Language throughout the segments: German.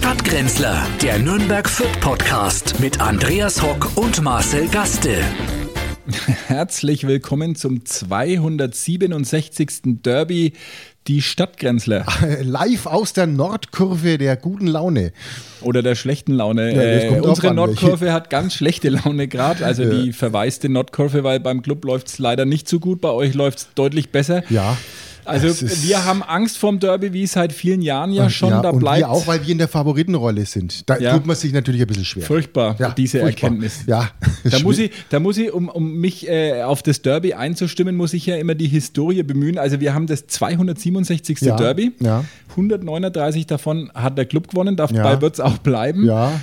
Stadtgrenzler, der Nürnberg Fürth Podcast mit Andreas Hock und Marcel Gaste. Herzlich willkommen zum 267. Derby, die Stadtgrenzler. Live aus der Nordkurve der guten Laune. Oder der schlechten Laune. Ja, unsere Nordkurve hat ganz schlechte Laune gerade, also die verwaiste Nordkurve, weil beim Club läuft es leider nicht so gut, bei euch läuft es deutlich besser. Ja. Also wir haben Angst vorm Derby, wie es seit vielen Jahren ja schon da und bleibt. Wir auch, weil wir in der Favoritenrolle sind. Da tut man sich natürlich ein bisschen schwer. Furchtbar, diese Erkenntnis. Ja. Da muss ich, um mich auf das Derby einzustimmen, muss ich ja immer die Historie bemühen. Also wir haben das 267. Derby. Ja. 139 davon hat der Club gewonnen, dabei wird es auch bleiben. Ja.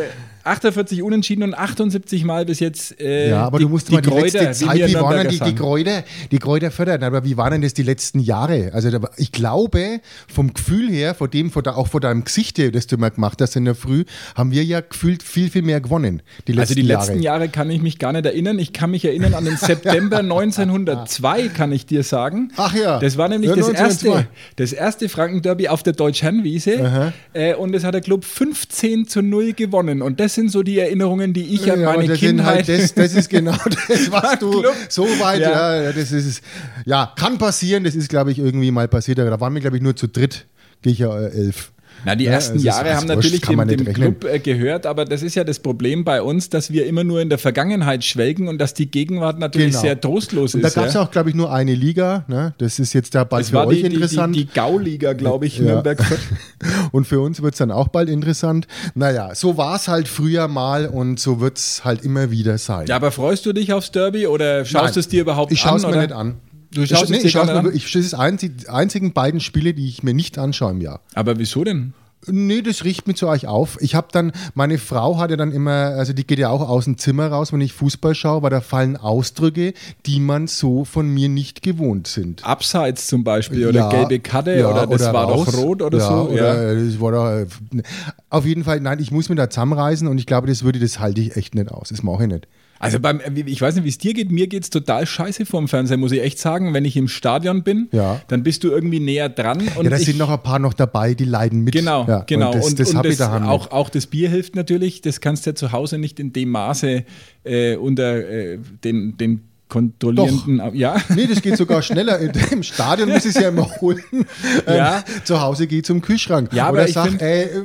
48 Unentschieden und 78 Mal bis jetzt aber du musst mal die letzte Zeit, wie waren denn die Kräuter fördern, aber wie waren denn das die letzten Jahre? Also ich glaube, vom Gefühl her, auch vor deinem Gesicht, das du immer gemacht hast in der Früh, haben wir ja gefühlt viel, viel mehr gewonnen. Die letzten Jahre kann ich mich gar nicht erinnern. Ich kann mich erinnern an den September 1902, kann ich dir sagen. Ach ja. Das war nämlich das erste Franken-Derby auf der Deutsch-Herrenwiese und es hat der Club 15-0 gewonnen und das sind so die Erinnerungen, die ich an meine Kindheit... Das ist genau das, was du so weit... das ist, kann passieren, das ist, glaube ich, irgendwie mal passiert. Da waren wir, glaube ich, nur zu dritt, gehe ich ja 11. Na, die ersten Jahre haben natürlich dem Club gehört, aber das ist ja das Problem bei uns, dass wir immer nur in der Vergangenheit schwelgen und dass die Gegenwart natürlich sehr trostlos ist. Da gab es auch, glaube ich, nur eine Liga, ne? Das ist jetzt da bald für euch interessant. Die Gauliga, glaube ich, Nürnberg. Und für uns wird es dann auch bald interessant. Naja, so war es halt früher mal und so wird es halt immer wieder sein. Ja, aber freust du dich aufs Derby oder schaust du es dir überhaupt an? Ich schaue es mir nicht an. Das sind die einzigen beiden Spiele, die ich mir nicht anschaue im Jahr. Aber wieso denn? Nee, das riecht mir zu euch auf. Meine Frau hat ja dann immer, also die geht ja auch aus dem Zimmer raus, wenn ich Fußball schaue, weil da fallen Ausdrücke, die man so von mir nicht gewohnt sind. Abseits zum Beispiel oder gelbe Karte oder das war raus, doch rot oder so. Oder das war doch, auf jeden Fall, nein, ich muss mir da zusammenreißen und ich glaube, das halte ich echt nicht aus. Das mache ich nicht. Also ich weiß nicht, wie es dir geht, mir geht es total scheiße vorm Fernseher, muss ich echt sagen. Wenn ich im Stadion bin, dann bist du irgendwie näher dran. Und da sind noch ein paar noch dabei, die leiden mit. Genau. Und das auch das Bier hilft natürlich, das kannst du ja zu Hause nicht in dem Maße unter den kontrollierenden... Doch. Ja? Nee, das geht sogar schneller. Im Stadion muss ich es ja immer holen. Zu Hause gehe ich zum Kühlschrank. Ja, aber oder sag,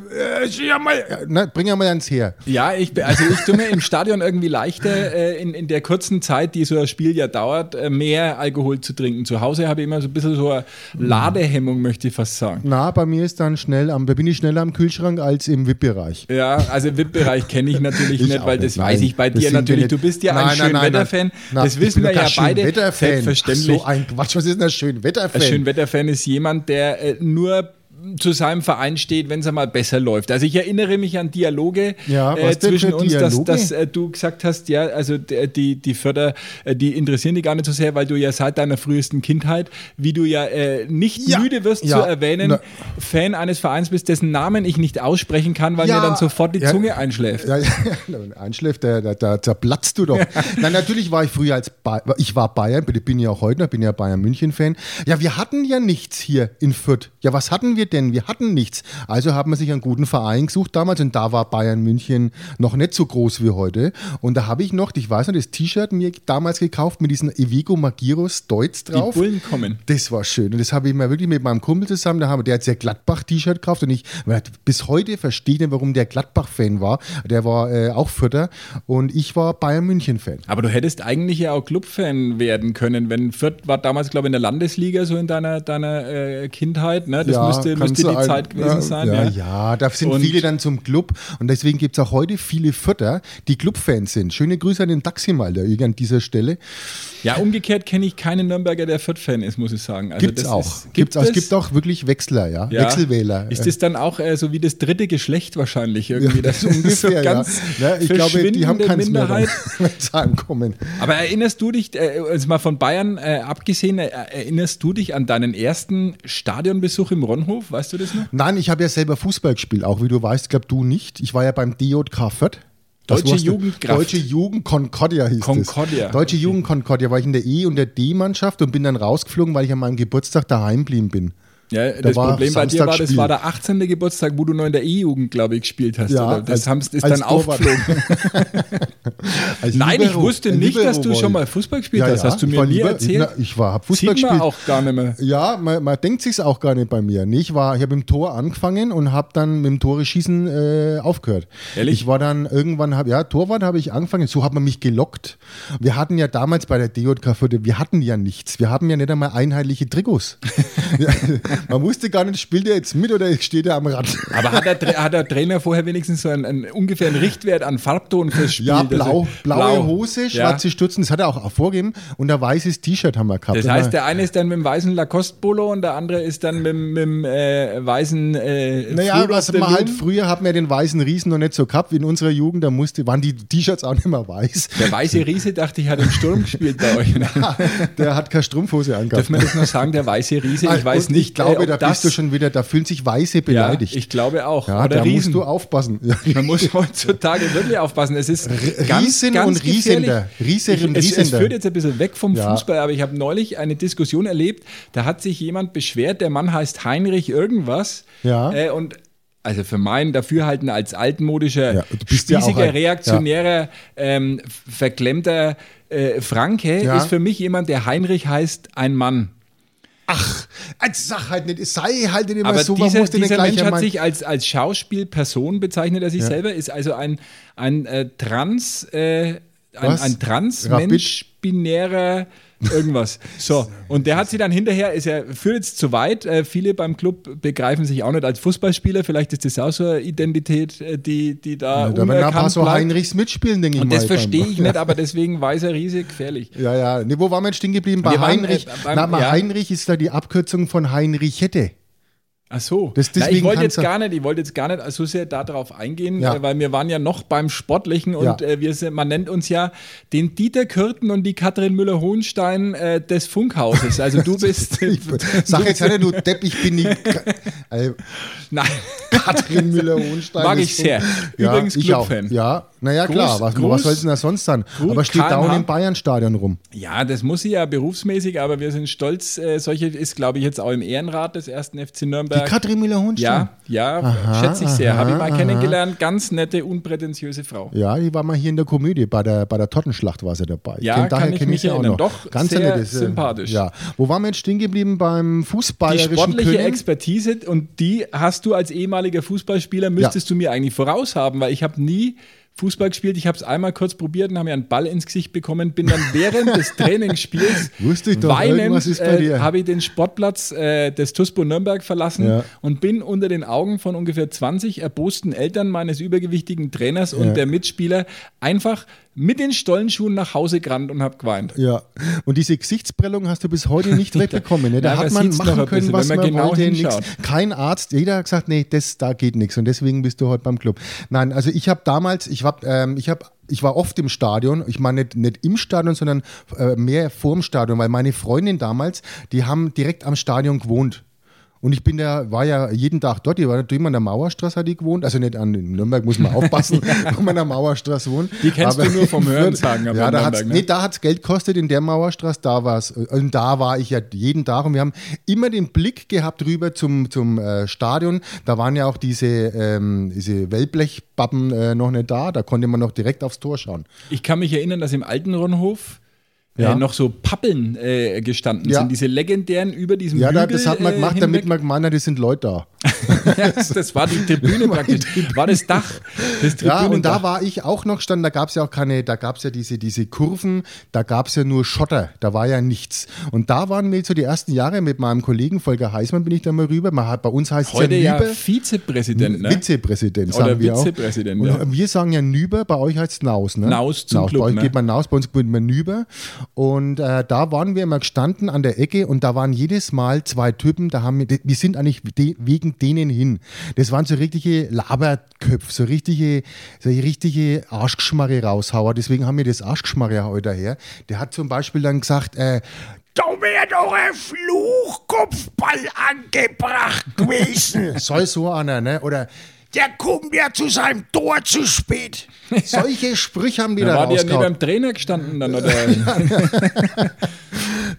bring ja mal ans her. Ja, ich tue mir im Stadion irgendwie leichter, in der kurzen Zeit, die so ein Spiel ja dauert, mehr Alkohol zu trinken. Zu Hause habe ich immer so ein bisschen so eine Ladehemmung, möchte ich fast sagen. Na, bei mir ist dann bin ich schneller am Kühlschrank als im VIP-Bereich. Ja, also im VIP-bereich kenne ich natürlich nicht, weil das weiß ich bei dir natürlich. Du bist ja ein Schönwetter-Fan. Das wissen wir ja beide. Selbstverständlich. So ein Quatsch, was ist denn ein Schönwetter-Fan? Ein Schönwetter-Fan ist jemand, der nur zu seinem Verein steht, wenn es mal besser läuft. Also ich erinnere mich an Dialoge zwischen uns, dass du gesagt hast, ja, also die Förder, die interessieren dich gar nicht so sehr, weil du ja seit deiner frühesten Kindheit, wie du ja nicht müde wirst zu erwähnen, Fan eines Vereins bist, dessen Namen ich nicht aussprechen kann, weil mir dann sofort die Zunge einschläft. Einschläft, da zerplatzt du doch. Nein, natürlich war ich früher ich war Bayern, bin ja auch heute noch, bin ja Bayern-München-Fan. Ja, wir hatten ja nichts hier in Fürth. Ja, was hatten wir denn? Wir hatten nichts. Also haben wir sich einen guten Verein gesucht damals und da war Bayern München noch nicht so groß wie heute. Und da habe ich noch, das T-Shirt mir damals gekauft mit diesem Evigo Magirus Deutz drauf. Die Bullen kommen. Das war schön. Und das habe ich mir wirklich mit meinem Kumpel zusammen, der hat sehr Gladbach-T-Shirt gekauft und ich bis heute verstehe nicht, warum der Gladbach-Fan war. Der war auch Fürther und ich war Bayern München-Fan. Aber du hättest eigentlich ja auch Club-Fan werden können, wenn Fürth war damals, glaube ich, in der Landesliga so in deiner Kindheit, ne? Das müsste die Zeit gewesen sein. Ja, da sind viele dann zum Club und deswegen gibt es auch heute viele Fürther, die Clubfans sind. Schöne Grüße an den Taximal an dieser Stelle. Ja, umgekehrt kenne ich keinen Nürnberger, der Fürth-Fan ist, muss ich sagen. Also es gibt auch wirklich Wechsler, Wechselwähler. Ist das dann auch so wie das dritte Geschlecht wahrscheinlich irgendwie? Das ist ungefähr, so ganz ich glaube, die haben keine Minderheit. Kommen. Aber erinnerst du dich, also mal von Bayern abgesehen, erinnerst du dich an deinen ersten Stadionbesuch im Ronhof? Weißt du das noch? Nein, ich habe ja selber Fußball gespielt, auch wie du weißt, glaube du nicht. Ich war ja beim DJK Fürth. Deutsche Jugendkraft. Deutsche Jugend Concordia hieß Concordia. es. Deutsche Jugend Concordia war ich in der E- und der D-Mannschaft und bin dann rausgeflogen, weil ich an meinem Geburtstag daheim geblieben bin. Ja, das Problem bei dir war, das war der 18. Geburtstag, wo du noch in der E-Jugend, glaube ich, gespielt hast. Ja, oder? Das ist dann aufgeflogen. Nein, ich wusste nicht, dass du schon mal Fußball gespielt hast. Hast du mir nie erzählt? Ich habe Fußball gespielt. Sieht man auch gar nicht mehr. Ja, man denkt sich's auch gar nicht bei mir. Ich habe im Tor angefangen und habe dann mit dem Tore schießen aufgehört. Ehrlich? Ich war dann irgendwann, Torwart habe ich angefangen. So hat man mich gelockt. Wir hatten ja damals bei der DJK Fürth, wir hatten ja nichts. Wir haben ja nicht einmal einheitliche Trikots. Man wusste gar nicht, spielt er jetzt mit oder steht er am Rad. Aber hat der Trainer vorher wenigstens so ungefähr einen Richtwert an Farbton fürs Spiel? Ja, blaue Hose, schwarze Stutzen, das hat er auch vorgegeben und ein weißes T-Shirt haben wir gehabt. Das heißt, der eine ist dann mit dem weißen Lacoste-Polo und der andere ist dann mit dem weißen Naja, was man halt früher hat man den weißen Riesen noch nicht so gehabt, wie in unserer Jugend, waren die T-Shirts auch nicht mehr weiß. Der weiße Riese, dachte ich, hat im Sturm gespielt bei euch. Der hat keine Strumpfhose angehabt. Darf man das noch sagen, der weiße Riese? Ich weiß nicht. Ich glaube, da bist du schon wieder, da fühlen sich Weiße beleidigt. Ja, ich glaube auch. Ja, da musst du aufpassen. Ja. Man muss heutzutage wirklich aufpassen. Es ist Riesen ganz und Riesender. Es führt jetzt ein bisschen weg vom Fußball, aber ich habe neulich eine Diskussion erlebt, da hat sich jemand beschwert, der Mann heißt Heinrich irgendwas. Ja. Und also für mein Dafürhalten als altmodischer, spießiger, reaktionärer, verklemmter Franke ist für mich jemand, der Heinrich heißt, ein Mann. Ach, sag halt nicht, es sei halt nicht immer aber so. Dieser Mensch hat sich als Schauspielperson bezeichnet, er sich selber, ist also ein Trans-Mensch-binärer irgendwas. So, und der hat sie dann hinterher, führt jetzt zu weit, viele beim Club begreifen sich auch nicht als Fußballspieler, vielleicht ist das auch so eine Identität, die da unerkannt bleibt. Da werden ein paar so Heinrichs mitspielen, denke ich mal. Und das verstehe ich nicht, aber deswegen weißer Riese gefährlich. Ja. Nee, wo waren wir jetzt stehen geblieben? Bei Heinrich. Heinrich ist da die Abkürzung von Heinrichette. Ach so. Ich wollte jetzt gar nicht so sehr darauf eingehen, weil wir waren ja noch beim Sportlichen und man nennt uns ja den Dieter Kürten und die Katrin Müller-Hohenstein des Funkhauses. Also du bist... Sag jetzt nicht, du Depp, ich bin nicht... Nein. Katrin Müller-Hohenstein. Mag ich sehr. Übrigens Clubfan. Ja, naja, klar. Was soll es denn da sonst dann? Aber steht dauernd im Bayern-Stadion rum. Ja, das muss sie ja berufsmäßig, aber wir sind stolz. Solche ist, glaube ich, jetzt auch im Ehrenrat des 1. FC Nürnberg. Die Katrin Müller-Hohenstein? Ja, schätze ich sehr. Habe ich mal kennengelernt. Ganz nette, unprätentiöse Frau. Ja, die war mal hier in der Komödie. Bei der Tottenschlacht war sie dabei. Ja, kann ich mich erinnern. Doch, ganz sehr sympathisch. Ja. Wo waren wir jetzt stehen geblieben beim fußballerischen Die sportliche Können? Expertise, und die hast du als ehemaliger Fußballspieler, müsstest du mir eigentlich voraus haben, weil ich habe nie Fußball gespielt. Ich habe es einmal kurz probiert und habe mir einen Ball ins Gesicht bekommen, bin dann während des Trainingsspiels weinend, habe ich den Sportplatz des TuSpo Nürnberg verlassen und bin unter den Augen von ungefähr 20 erbosten Eltern meines übergewichtigen Trainers und der Mitspieler einfach mit den Stollenschuhen nach Hause gerannt und habe geweint. Ja, und diese Gesichtsprellung hast du bis heute nicht wegbekommen. Ne? Da hat man machen können, was man genau wollte. Kein Arzt, jeder hat gesagt, nee, da geht nichts und deswegen bist du heute beim Club. Nein, also ich habe damals, ich war oft im Stadion, ich meine nicht im Stadion, sondern mehr vorm Stadion, weil meine Freundin damals, die haben direkt am Stadion gewohnt. Und ich war ja jeden Tag dort, die war natürlich immer an der Mauerstraße, hat die gewohnt, also nicht an Nürnberg, muss man aufpassen, wo man an der Mauerstraße wohnt. Die kennst du nur vom Hörensagen. Ja, da hat es Geld gekostet in der Mauerstraße, da war ich ja jeden Tag und wir haben immer den Blick gehabt rüber zum Stadion, da waren ja auch diese Wellblechpappen noch nicht da konnte man noch direkt aufs Tor schauen. Ich kann mich erinnern, dass im alten Ronhof noch so Pappeln gestanden sind, diese legendären über diesem Hügel. Ja, das hat man gemacht, damit man gemeint hat, das sind Leute da. Das war die Tribüne praktisch, war das Dach. Ja, und da war ich auch noch gestanden, da gab es ja diese Kurven, da gab es ja nur Schotter, da war ja nichts. Und da waren wir so die ersten Jahre mit meinem Kollegen Volker Heißmann, bin ich da mal rüber. Bei uns heißt es ja Nüber. Vizepräsident, ne? Vizepräsident, sagen wir auch. Und wir sagen ja Nüber, bei euch heißt es Naus, ne? Naus zum Club, bei euch geht man Naus, bei uns geht man Nüber. Und da waren wir immer gestanden an der Ecke und da waren jedes Mal zwei Typen, wir sind eigentlich wegen denen hin. Das waren so richtige Laberköpfe, so richtige Arschgeschmarre raushauer. Deswegen haben wir das Arschgeschmarre heute her. Der hat zum Beispiel dann gesagt, da wäre doch ein Fluchkopfball angebracht gewesen. Soll so einer, ne? Oder der kommt ja zu seinem Tor zu spät. Solche Sprüche haben die da rausgehauen. War die ja neben dem Trainer gestanden dann, oder?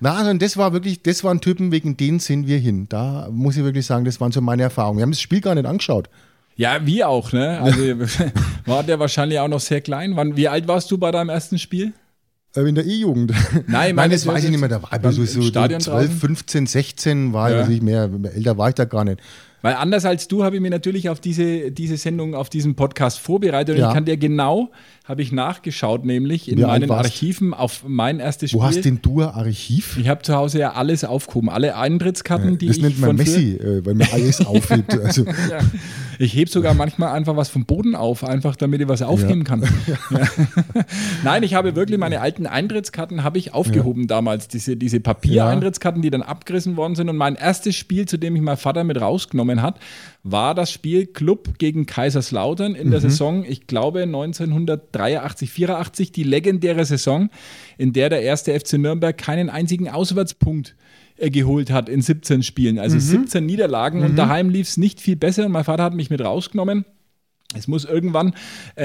Na, also das waren Typen, wegen denen sind wir hin. Da muss ich wirklich sagen, das waren so meine Erfahrungen. Wir haben das Spiel gar nicht angeschaut. Ja, wir auch, ne? Also war der wahrscheinlich auch noch sehr klein. Wie alt warst du bei deinem ersten Spiel? In der E-Jugend. Nein, das weiß ich nicht mehr. Da war ich so 12, 15, 16 war ich mehr. Älter war ich da gar nicht. Weil anders als du habe ich mich natürlich auf diese Sendung, auf diesen Podcast vorbereitet. Und ich kann dir genau, habe ich nachgeschaut, nämlich in meinen Archiven auf mein erstes Spiel. Wo hast denn du ein Archiv? Ich habe zu Hause ja alles aufgehoben, alle Eintrittskarten, die das nennt man Messi, weil man alles aufhebt. Also. Ja. Ich hebe sogar manchmal einfach was vom Boden auf, einfach damit ich was aufheben kann. Ja. Nein, ich habe wirklich meine alten Eintrittskarten habe ich aufgehoben damals, diese Papier-Eintrittskarten, die dann abgerissen worden sind. Und mein erstes Spiel, zu dem ich mein Vater mit rausgenommen hat, war das Spiel Club gegen Kaiserslautern in der Saison, ich glaube 1983, 84, die legendäre Saison, in der der erste FC Nürnberg keinen einzigen Auswärtspunkt geholt hat in 17 Spielen, also 17 Niederlagen und daheim lief es nicht viel besser und mein Vater hat mich mit rausgenommen. Es muss irgendwann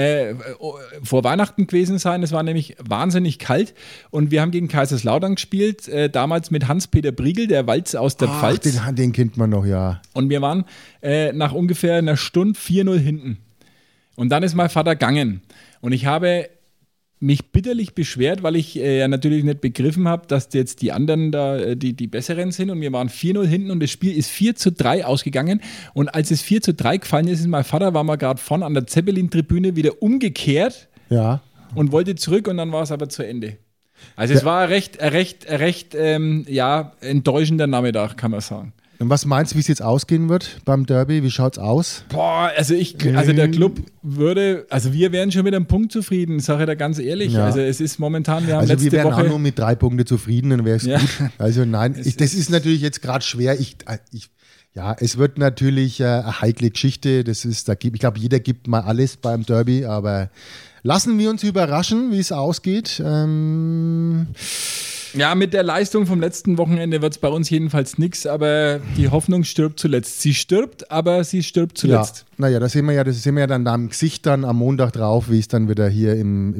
vor Weihnachten gewesen sein, es war nämlich wahnsinnig kalt und wir haben gegen Kaiserslautern gespielt, damals mit Hans-Peter Briegel, der Walz aus der Pfalz. Den kennt man noch, ja. Und wir waren nach ungefähr einer Stunde 4-0 hinten. Und dann ist mein Vater gegangen und ich habe mich bitterlich beschwert, weil ich ja natürlich nicht begriffen habe, dass jetzt die anderen da die Besseren sind und wir waren 4-0 hinten und das Spiel ist 4-3 ausgegangen und als es 4-3 gefallen ist, mein Vater war mal gerade vorne an der Zeppelin-Tribüne wieder umgekehrt und wollte zurück und dann war es aber zu Ende. Also es war ein recht enttäuschender Nachmittag, kann man sagen. Und was meinst du, wie es jetzt ausgehen wird beim Derby? Wie schaut's aus? Also der Club wir wären schon mit einem Punkt zufrieden, sage ich da ganz ehrlich. Ja. Also es ist momentan, wir haben letzte Woche... wir wären auch nur mit 3 Punkten zufrieden, dann wäre es gut. Also nein, das ist natürlich jetzt gerade schwer. Es wird natürlich eine heikle Geschichte. Ich glaube, jeder gibt mal alles beim Derby, aber lassen wir uns überraschen, wie es ausgeht. Ja, mit der Leistung vom letzten Wochenende wird es bei uns jedenfalls nichts, aber die Hoffnung stirbt zuletzt. Sie stirbt, aber sie stirbt zuletzt. Ja, naja, das sehen wir ja dann da im Gesicht dann am Montag drauf, wie es dann wieder hier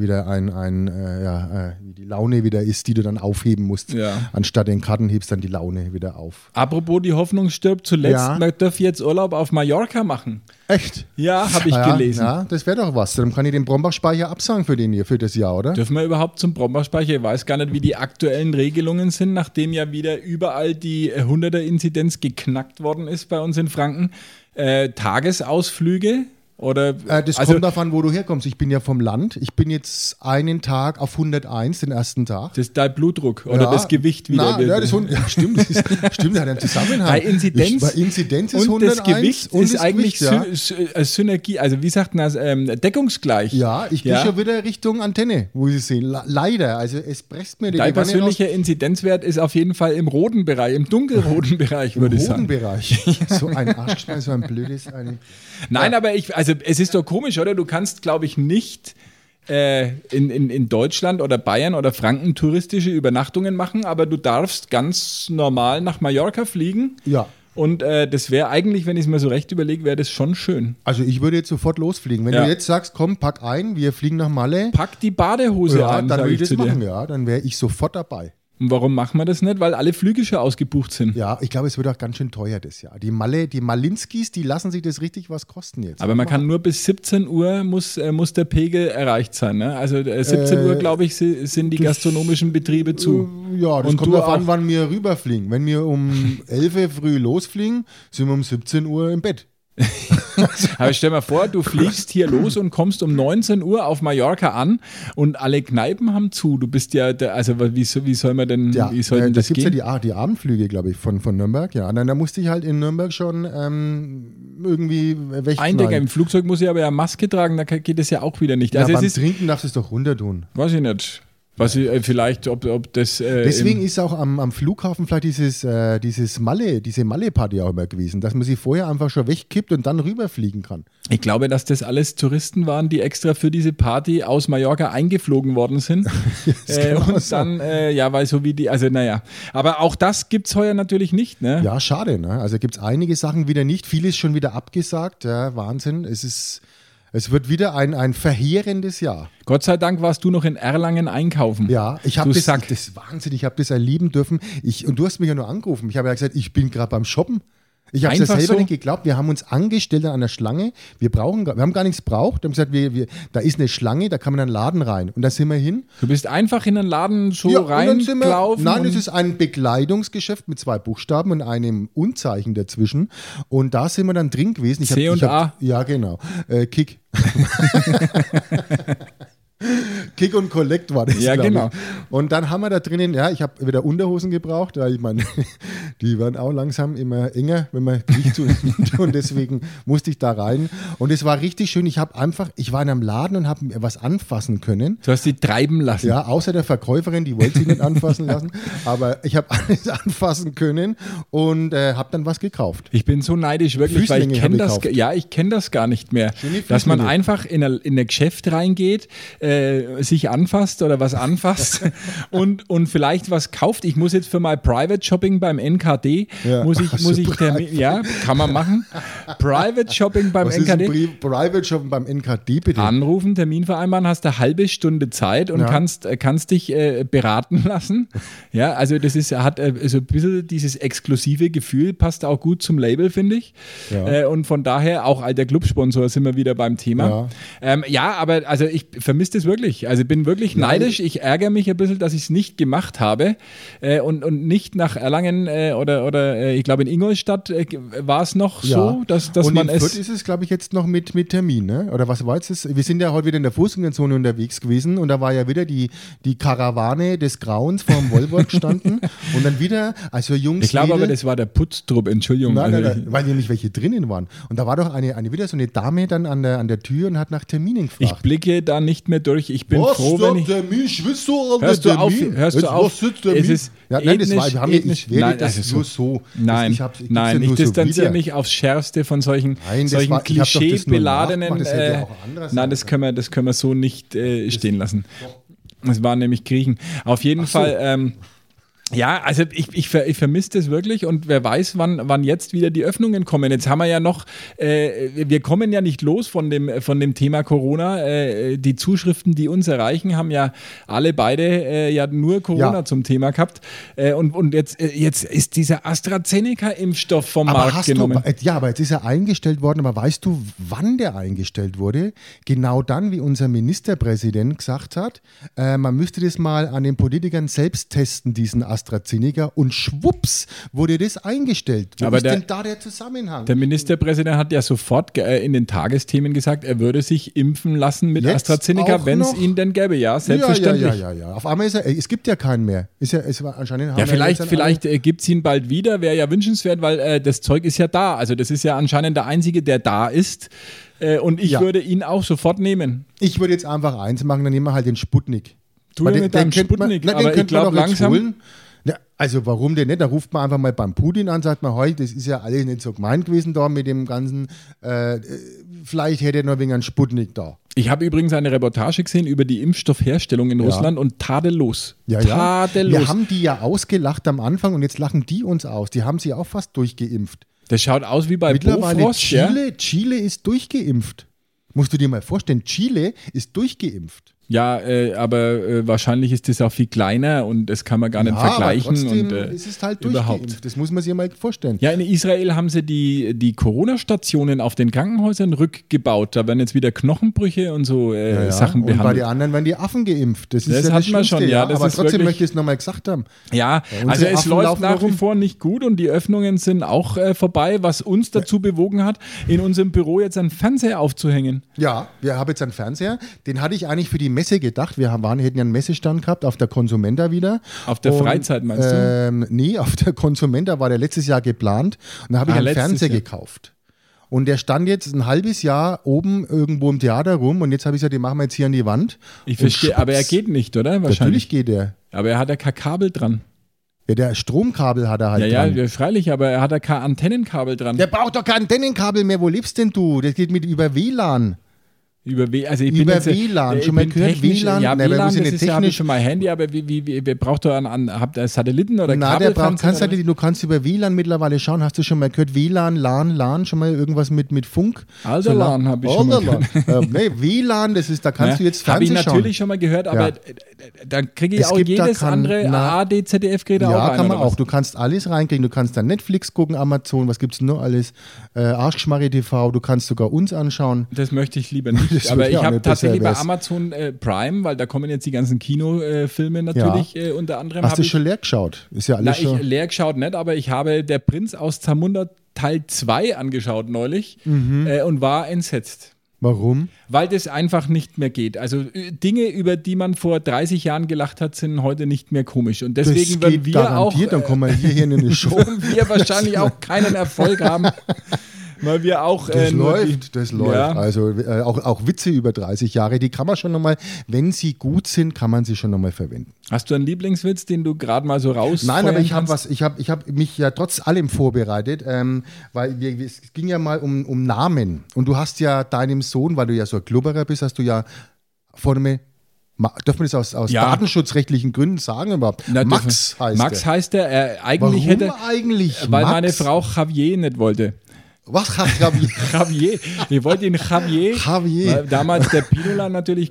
die Laune wieder ist, die du dann aufheben musst. Ja. Anstatt den Karten hebst dann die Laune wieder auf. Apropos die Hoffnung stirbt zuletzt, man darf jetzt Urlaub auf Mallorca machen. Echt? Ja, habe ich gelesen. Ja, das wäre doch was. Dann kann ich den Brombach-Speicher absagen für das Jahr, oder? Dürfen wir überhaupt zum Brombach-Speicher? Ich weiß gar nicht, wie die aktuellen Regelungen sind, nachdem ja wieder überall die 100er-Inzidenz geknackt worden ist bei uns in Franken. Tagesausflüge? Oder, das kommt davon, wo du herkommst. Ich bin ja vom Land. Ich bin jetzt einen Tag auf 101, den ersten Tag. Das ist dein Blutdruck oder das Gewicht wieder. Stimmt, das hat einen Zusammenhang. Bei Inzidenz ist 101 und das Gewicht und ist das eigentlich Synergie, also wie sagt man das, deckungsgleich. Ja, ich gehe schon wieder Richtung Antenne, wo Sie sehen. Leider, also es presst mir die Dein persönlicher Inzidenzwert ist auf jeden Fall im roten Bereich, im dunkelroten Bereich, würde ich sagen. Im roten Bereich. So ein Arschgeweih, so ein blödes... Nein, aber es ist doch komisch, oder? Du kannst, glaube ich, nicht in Deutschland oder Bayern oder Franken touristische Übernachtungen machen, aber du darfst ganz normal nach Mallorca fliegen. Ja. Und das wäre eigentlich, wenn ich es mir so recht überlege, wäre das schon schön. Also ich würde jetzt sofort losfliegen. Wenn du jetzt sagst, komm, pack ein, wir fliegen nach Malle. Pack die Badehose an, dann würde ich das machen, dann wäre ich sofort dabei. Und warum machen wir das nicht? Weil alle Flüge schon ausgebucht sind. Ja, ich glaube, es wird auch ganz schön teuer das Jahr. Die Malinskis, die lassen sich das richtig was kosten jetzt. Aber man kann nur bis 17 Uhr muss der Pegel erreicht sein. Ne? Also 17 Uhr, glaube ich, sind die gastronomischen Betriebe zu. Ja, das kommt darauf an, wann wir rüberfliegen. Wenn wir um 11 Uhr früh losfliegen, sind wir um 17 Uhr im Bett. Aber stell dir mal vor, du fliegst hier los und kommst um 19 Uhr auf Mallorca an und alle Kneipen haben zu. Du bist ja, wie soll man denn, wie soll denn das gehen? Da gibt es ja die Abendflüge, glaube ich, von Nürnberg. Ja, da musste ich halt in Nürnberg schon irgendwie wegknallen. Eindecken, im Flugzeug muss ich aber ja Maske tragen, da geht es ja auch wieder nicht. Ja, also beim Trinken darfst du es doch runter tun. Weiß ich nicht. Vielleicht, ob das... Deswegen ist auch am Flughafen vielleicht diese Malle-Party auch immer gewesen, dass man sie vorher einfach schon wegkippt und dann rüberfliegen kann. Ich glaube, dass das alles Touristen waren, die extra für diese Party aus Mallorca eingeflogen worden sind. Und dann, weil so wie die, Aber auch das gibt es heuer natürlich nicht, ne? Ja, schade, ne? Also gibt es einige Sachen wieder nicht, vieles schon wieder abgesagt, ja, Wahnsinn. Es ist... Es wird wieder ein verheerendes Jahr. Gott sei Dank warst du noch in Erlangen einkaufen. Ja, ich habe das ist Wahnsinn, ich habe das erleben dürfen. Und du hast mich ja nur angerufen. Ich habe ja gesagt, ich bin gerade beim Shoppen. Ich habe es ja selber nicht geglaubt. Wir haben uns angestellt an einer Schlange. Wir haben gar nichts gebraucht. Wir haben gesagt, da ist eine Schlange, da kann man in einen Laden rein. Und da sind wir hin. Du bist einfach in einen Laden reingelaufen? Nein, es ist ein Bekleidungsgeschäft mit 2 Buchstaben und einem Unzeichen dazwischen. Und da sind wir dann drin gewesen. C und A? Ja, genau. Kick. Kick und Collect war das. Ja, genau. Und dann haben wir da drinnen, ich habe wieder Unterhosen gebraucht, weil ich meine, die werden auch langsam immer enger, wenn man Gewicht zunimmt und deswegen musste ich da rein. Und es war richtig schön. Ich war in einem Laden und habe was anfassen können. Du hast sie treiben lassen. Ja, außer der Verkäuferin, die wollte sich nicht anfassen lassen, aber ich habe alles anfassen können und habe dann was gekauft. Ich bin so neidisch, wirklich, weil ich kenne das gar nicht mehr, dass man einfach in ein Geschäft reingeht, sich anfasst oder was anfasst und vielleicht was kauft. Ich muss jetzt für mein Private Shopping beim NKD, kann man machen. Private Shopping beim NKD. Private Shopping beim NKD, bitte. Anrufen, Termin vereinbaren, hast eine halbe Stunde Zeit und kannst dich beraten lassen. Ja, also hat so ein bisschen dieses exklusive Gefühl, passt auch gut zum Label, finde ich. Ja. Und von daher auch alter Clubsponsor sind wir wieder beim Thema. Ja, aber also ich vermisse das wirklich. Also ich bin wirklich neidisch. Ich ärgere mich ein bisschen, dass ich es nicht gemacht habe und nicht nach Erlangen oder ich glaube in Ingolstadt war es noch so, dass und man in Fürth ist es, glaube ich, jetzt noch mit Termin, ne? Oder was war jetzt das? Wir sind ja heute wieder in der Fußgängerzone unterwegs gewesen und da war ja wieder die Karawane des Grauens vorm Wollwort gestanden und dann wieder, also Jungs. Ich glaube aber, das war der Putztrupp, Entschuldigung. Nein, weil nämlich welche drinnen waren. Und da war doch wieder so eine Dame dann an der Tür und hat nach Terminen gefragt. Ich blicke da nicht mehr durch. Ich bin froh, wenn ich... Termin? Schwitzt du an hörst der du Termin? Hörst du auf? Es ist nein, das war, ich werde das nur so. Nein, ich distanziere mich aufs Schärfste von solchen klischeebeladenen... Das können wir so nicht stehen lassen. Das waren nämlich Griechen. Auf jeden Fall... Ja, also ich vermisse das wirklich und wer weiß, wann jetzt wieder die Öffnungen kommen. Jetzt haben wir ja noch, wir kommen ja nicht los von dem Thema Corona. Die Zuschriften, die uns erreichen, haben ja alle beide ja nur Corona zum Thema gehabt. Und jetzt ist dieser AstraZeneca-Impfstoff vom Markt genommen. Aber jetzt ist er eingestellt worden. Aber weißt du, wann der eingestellt wurde? Genau dann, wie unser Ministerpräsident gesagt hat, man müsste das mal an den Politikern selbst testen, diesen AstraZeneca, und schwupps wurde das eingestellt. Wo ist denn da der Zusammenhang? Der Ministerpräsident hat ja sofort in den Tagesthemen gesagt, er würde sich impfen lassen mit AstraZeneca, wenn es ihn denn gäbe. Ja, selbstverständlich. Ja. Auf einmal es gibt ja keinen mehr. Anscheinend vielleicht gibt es ihn bald wieder, wäre ja wünschenswert, weil das Zeug ist ja da. Also das ist ja anscheinend der Einzige, der da ist. Und ich würde ihn auch sofort nehmen. Ich würde jetzt einfach eins machen, dann nehmen wir halt den Sputnik. Du mit deinem Sputnik, aber ich glaube langsam... Also warum denn nicht? Da ruft man einfach mal beim Putin an, sagt man, heute, das ist ja alles nicht so gemeint gewesen da mit dem ganzen, vielleicht hätte er noch wegen einem Sputnik da. Ich habe übrigens eine Reportage gesehen über die Impfstoffherstellung in Russland und tadellos. Tadellos. Wir haben die ja ausgelacht am Anfang und jetzt lachen die uns aus. Die haben sie auch fast durchgeimpft. Das schaut aus wie bei Bofrost. Chile ist durchgeimpft. Musst du dir mal vorstellen, Chile ist durchgeimpft. Ja, aber wahrscheinlich ist das auch viel kleiner und das kann man gar nicht vergleichen. Aber trotzdem, es ist halt durchgeimpft. Das muss man sich mal vorstellen. Ja, in Israel haben sie die Corona-Stationen auf den Krankenhäusern rückgebaut. Da werden jetzt wieder Knochenbrüche und so Sachen behandelt. Und bei den anderen werden die Affen geimpft. Das hatten wir schon, ja. Aber trotzdem möchte ich es nochmal gesagt haben. Ja, also es läuft nach wie vor nicht gut und die Öffnungen sind auch vorbei, was uns dazu bewogen hat, in unserem Büro jetzt einen Fernseher aufzuhängen. Ja, wir haben jetzt einen Fernseher. Den hatte ich eigentlich für die Messe gedacht. Wir hätten ja einen Messestand gehabt auf der Consumenta wieder. Auf der Freizeit meinst du? Nee, auf der Consumenta war der letztes Jahr geplant und da habe ich einen Fernseher gekauft. Und der stand jetzt ein halbes Jahr oben irgendwo im Theater rum und jetzt habe ich gesagt, den machen wir jetzt hier an die Wand. Ich verstehe, aber er geht nicht, oder? Natürlich geht er. Aber er hat ja kein Kabel dran. Ja, der Stromkabel hat er halt dran. Ja, freilich, aber er hat ja kein Antennenkabel dran. Der braucht doch kein Antennenkabel mehr. Wo lebst denn du? Das geht über WLAN. Über WLAN, schon mal gehört, WLAN? Ja, WLAN, das ist ja schon mal Handy, aber wer braucht da habt ihr Satelliten oder Kabel? Der braucht kein Satellit, du kannst über WLAN mittlerweile schauen. Hast du schon mal gehört, WLAN, LAN, schon mal irgendwas mit Funk? Alter LAN habe ich schon mal gehört. WLAN, da kannst du jetzt Fernsehen schauen. Habe ich natürlich schon mal gehört, aber dann kriege ich auch jedes andere ARD, ZDF-Gerät auch rein. Ja, kann man auch. Du kannst alles reinkriegen. Du kannst dann Netflix gucken, Amazon, was gibt es nur alles? Arschgeschmarri TV, du kannst sogar uns anschauen. Das möchte ich lieber nicht. Aber ich habe tatsächlich bei Amazon Prime, weil da kommen jetzt die ganzen Kinofilme natürlich unter anderem. Hast du schon leer geschaut? Ist ja alles schon. Leer geschaut nicht, aber ich habe Der Prinz aus Zamunda Teil 2 angeschaut neulich und war entsetzt. Warum? Weil das einfach nicht mehr geht. Also Dinge, über die man vor 30 Jahren gelacht hat, sind heute nicht mehr komisch. Und deswegen werden wir auch, dann kommen wir hier in eine Show. wir wahrscheinlich auch keinen Erfolg haben. Weil wir auch. Das läuft. Ja. Also auch Witze über 30 Jahre, die kann man schon nochmal, wenn sie gut sind, kann man sie schon nochmal verwenden. Hast du einen Lieblingswitz, den du gerade mal so raus? Nein, aber ich habe mich ja trotz allem vorbereitet, weil es ging ja mal um Namen. Und du hast ja deinem Sohn, weil du ja so ein Glubberer bist, hast du ja vorne. Darf man das aus datenschutzrechtlichen Gründen sagen überhaupt? Max heißt er. Eigentlich Warum eigentlich? Weil meine Frau Javier nicht wollte. Was hat Javier? Javier. Ich wollte ihn Javier. Weil damals der Pinola natürlich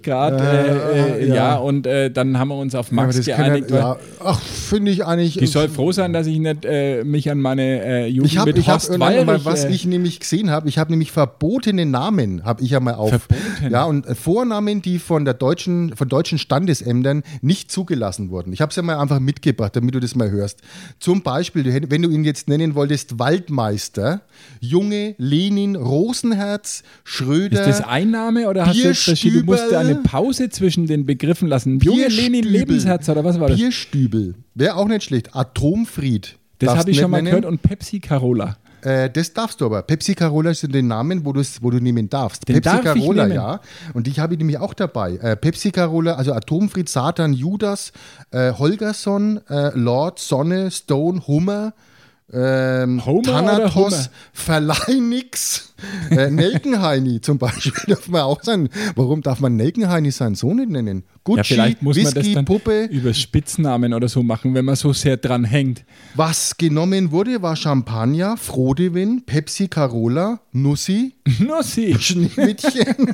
gerade. Und dann haben wir uns auf Max geeinigt. Finde ich eigentlich. Ich soll froh sein, dass ich nicht mich an meine Jugend mit Horst Wallrich... Was ich nämlich gesehen habe, ich habe nämlich verbotene Namen, habe ich ja mal auf. Verboten? Ja, und Vornamen, die von deutschen Standesämtern nicht zugelassen wurden. Ich habe es ja mal einfach mitgebracht, damit du das mal hörst. Zum Beispiel, wenn du ihn jetzt nennen wolltest, Waldmeister, Junge, Lenin, Rosenherz, Schröder. Ist das Einnahme oder hast du jetzt verschiedene? Du musst eine Pause zwischen den Begriffen lassen. Junge, Lenin, Lebensherz oder was war das? Bierstübel. Wäre auch nicht schlecht. Atomfried. Das habe ich schon mal gehört. Und Pepsi Carola. Das darfst du aber. Pepsi Carola sind den Namen, wo du nehmen darfst. Den Pepsi Carola, ja. Und ich habe nämlich auch dabei. Pepsi Carola, also Atomfried, Satan, Judas, Holgersson, Lord, Sonne, Stone, Hummer, Thanatos, Verleinix, Nelkenheini zum Beispiel darf man auch sein. Warum darf man Nelkenheini seinen Sohn nicht nennen? Gucci, vielleicht muss Whisky, man das dann Puppe. Über Spitznamen oder so machen, wenn man so sehr dran hängt. Was genommen wurde, war Champagner, Frodewin, Pepsi Carola, Nussi, Schneewittchen.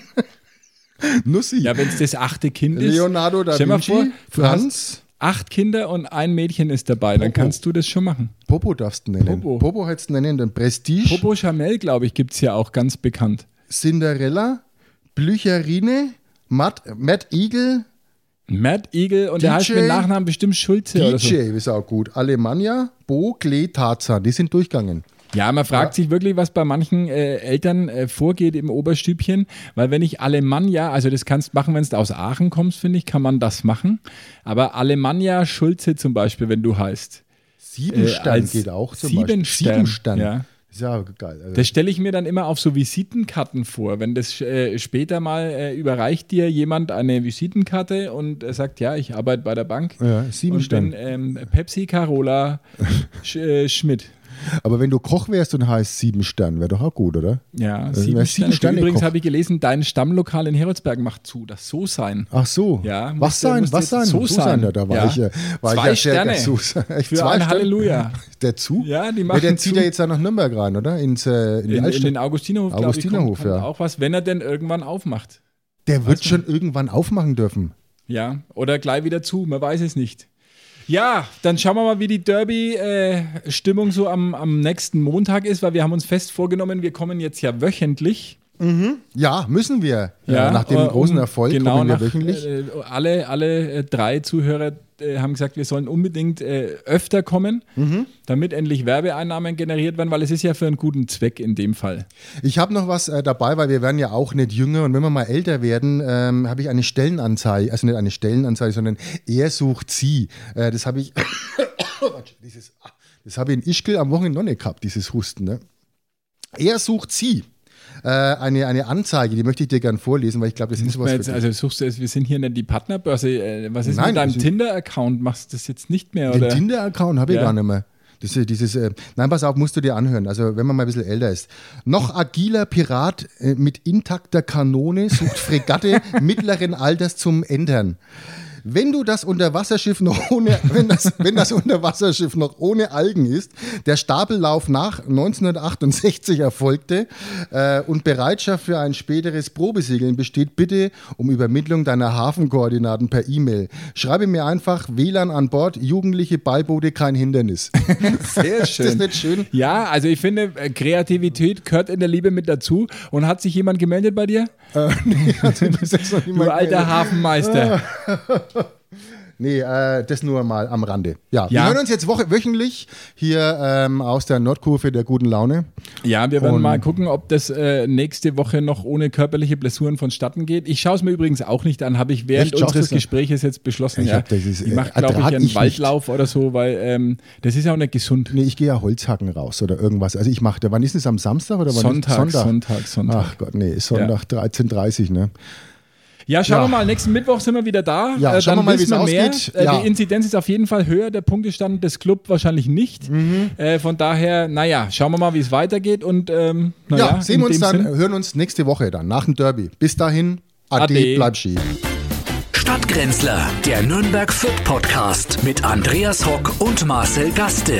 Nussi. Ja, wenn es das 8. Kind ist. Leonardo da Vinci, Franz. 8 Kinder und ein Mädchen ist dabei, dann kannst du das schon machen. Popo darfst du nennen. Popo hättest du nennen, dann Prestige. Popo Chamel, glaube ich, gibt es ja auch ganz bekannt. Cinderella, Blücherine, Matt Eagle. Matt Eagle und DJ, der heißt mit Nachnamen bestimmt Schulze DJ oder so. ist auch gut. Alemannia, Bo, Klee, Tarzan, die sind durchgegangen. Ja, man fragt sich wirklich, was bei manchen Eltern vorgeht im Oberstübchen, weil wenn ich Alemannia, also das kannst du machen, wenn du aus Aachen kommst, finde ich, kann man das machen, aber Alemannia Schulze zum Beispiel, wenn du heißt. Siebenstern geht auch zum Beispiel. Siebenstern. Ja. Ist ja geil. Also das stelle ich mir dann immer auf so Visitenkarten vor, wenn das später mal überreicht dir jemand eine Visitenkarte und sagt, ja, ich arbeite bei der Bank. Ja, Siebenstern. Und bin Pepsi Carola Schmidt. Aber wenn du Koch wärst und heißt 7 Sterne, wäre doch auch gut, oder? Ja, 7 Sterne. Übrigens habe ich gelesen, dein Stammlokal in Heroldsberg macht zu. Das so sein. Ach so. Ja, was sein? So sein. Ja, da war ich 2 Sterne für ein Halleluja. Der zu? Ja, die machen der zieht ja jetzt da nach Nürnberg rein, oder? In den Augustinerhof, glaube ich, kommt ja. auch was, wenn er denn irgendwann aufmacht. Der wird schon irgendwann aufmachen dürfen. Ja, oder gleich wieder zu, man weiß es nicht. Ja, dann schauen wir mal, wie die Derby-Stimmung so am nächsten Montag ist, weil wir haben uns fest vorgenommen, wir kommen jetzt ja wöchentlich. Mhm. Ja, müssen wir. Ja, nach dem großen Erfolg kommen wir wöchentlich. Alle 3 Zuhörer haben gesagt, wir sollen unbedingt öfter kommen, damit endlich Werbeeinnahmen generiert werden, weil es ist ja für einen guten Zweck in dem Fall. Ich habe noch was dabei, weil wir werden ja auch nicht jünger und wenn wir mal älter werden, habe ich eine Stellenanzeige, also nicht eine Stellenanzeige, sondern er sucht sie. Das habe ich in Ischgl am Wochenende noch nicht gehabt, dieses Husten. Ne? Er sucht sie. Eine Anzeige, die möchte ich dir gerne vorlesen, weil ich glaube, das ist was jetzt, also suchst du es, wir sind hier nicht die Partnerbörse. Was ist mit deinem Tinder-Account? Machst du das jetzt nicht mehr? Den Tinder-Account habe ich gar nicht mehr. Nein, pass auf, musst du dir anhören. Also, wenn man mal ein bisschen älter ist. Noch agiler Pirat mit intakter Kanone sucht Fregatte mittleren Alters zum Entern. Wenn das Unterwasserschiff noch ohne Algen ist, der Stapellauf nach 1968 erfolgte und Bereitschaft für ein späteres Probesegeln besteht, bitte um Übermittlung deiner Hafenkoordinaten per E-Mail. Schreibe mir einfach WLAN an Bord, jugendliche Beiboote, kein Hindernis. Sehr schön. Ist das nicht schön? Ja, also ich finde, Kreativität gehört in der Liebe mit dazu. Und hat sich jemand gemeldet bei dir? Nee, hat sich bis jetzt noch niemand gemeldet. Du alter Hafenmeister. Nee, das nur mal am Rande. Ja, wir hören uns jetzt wöchentlich hier aus der Nordkurve der guten Laune. Ja, wir werden mal gucken, ob das nächste Woche noch ohne körperliche Blessuren vonstatten geht. Ich schaue es mir übrigens auch nicht an, habe ich während unseres Gespräches jetzt beschlossen. Ich mache, glaube ich, einen Waldlauf oder so, weil das ist ja auch nicht gesund. Nee, ich gehe ja Holzhacken raus oder irgendwas. Also ich mache, wann ist es, am Samstag oder wann? Sonntag. Ach Gott, nee, Sonntag 13:30 Uhr, ne? Ja, schauen wir mal. Nächsten Mittwoch sind wir wieder da. Ja, schauen wir mal, wie es ausgeht. Die Inzidenz ist auf jeden Fall höher, der Punktestand des Club wahrscheinlich nicht. Von daher, schauen wir mal, wie es weitergeht. Und hören uns nächste Woche dann, nach dem Derby. Bis dahin, Ade. Bleib Ski. Stadtgrenzler, der Nürnberg Fürth Podcast mit Andreas Hock und Marcel Gaste.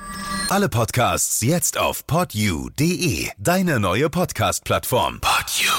Alle Podcasts jetzt auf podyou.de, deine neue Podcast-Plattform. Podyou.